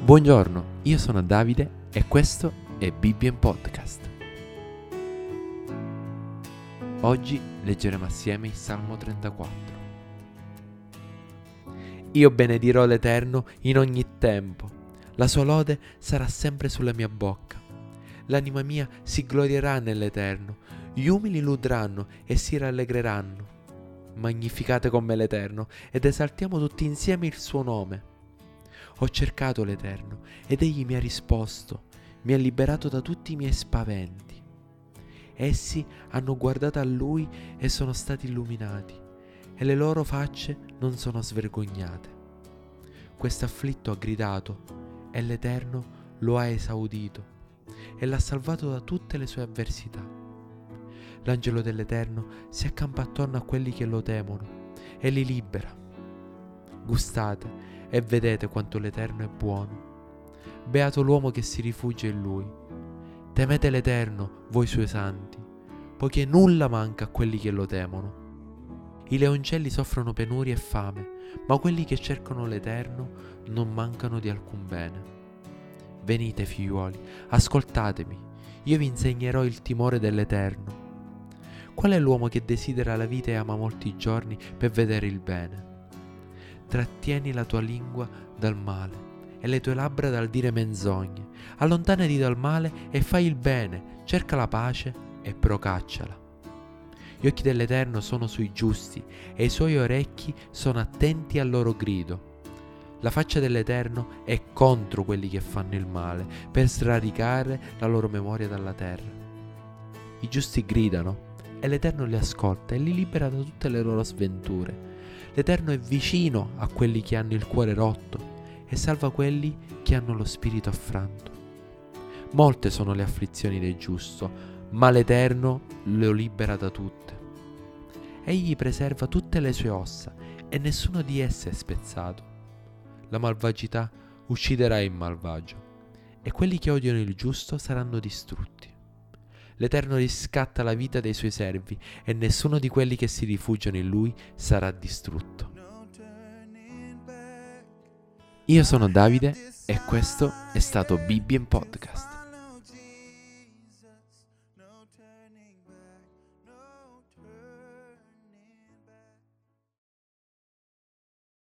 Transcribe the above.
Buongiorno, io sono Davide e questo è Bibbia in Podcast. Oggi leggeremo assieme il Salmo 34. Io benedirò l'Eterno in ogni tempo, la sua lode sarà sempre sulla mia bocca. L'anima mia si glorierà nell'Eterno, gli umili lodranno e si rallegreranno. Magnificate con me l'Eterno ed esaltiamo tutti insieme il suo nome. Ho cercato l'Eterno ed egli mi ha risposto, mi ha liberato da tutti i miei spaventi. Essi hanno guardato a lui e sono stati illuminati, e le loro facce non sono svergognate. Questo afflitto ha gridato, e l'Eterno lo ha esaudito, e l'ha salvato da tutte le sue avversità. L'angelo dell'Eterno si accampa attorno a quelli che lo temono, e li libera. Gustate e vedete quanto l'Eterno è buono. Beato l'uomo che si rifugia in Lui. Temete l'Eterno, voi suoi santi, poiché nulla manca a quelli che lo temono. I leoncelli soffrono penuria e fame, ma quelli che cercano l'Eterno non mancano di alcun bene. Venite, figliuoli, ascoltatemi, io vi insegnerò il timore dell'Eterno. Qual è l'uomo che desidera la vita e ama molti giorni per vedere il bene? Trattieni la tua lingua dal male e le tue labbra dal dire menzogne. Allontanati dal male e fai il bene, cerca la pace e procacciala. Gli occhi dell'Eterno sono sui giusti e i suoi orecchi sono attenti al loro grido. La faccia dell'Eterno è contro quelli che fanno il male, per sradicare la loro memoria dalla terra. I giusti gridano e l'Eterno li ascolta e li libera da tutte le loro sventure. L'Eterno è vicino a quelli che hanno il cuore rotto e salva quelli che hanno lo spirito affranto. Molte sono le afflizioni del giusto, ma l'Eterno lo libera da tutte. Egli preserva tutte le sue ossa e nessuno di esse è spezzato. La malvagità ucciderà il malvagio e quelli che odiano il giusto saranno distrutti. L'Eterno riscatta la vita dei suoi servi e nessuno di quelli che si rifugiano in Lui sarà distrutto. Io sono Davide e questo è stato Bibbia in Podcast.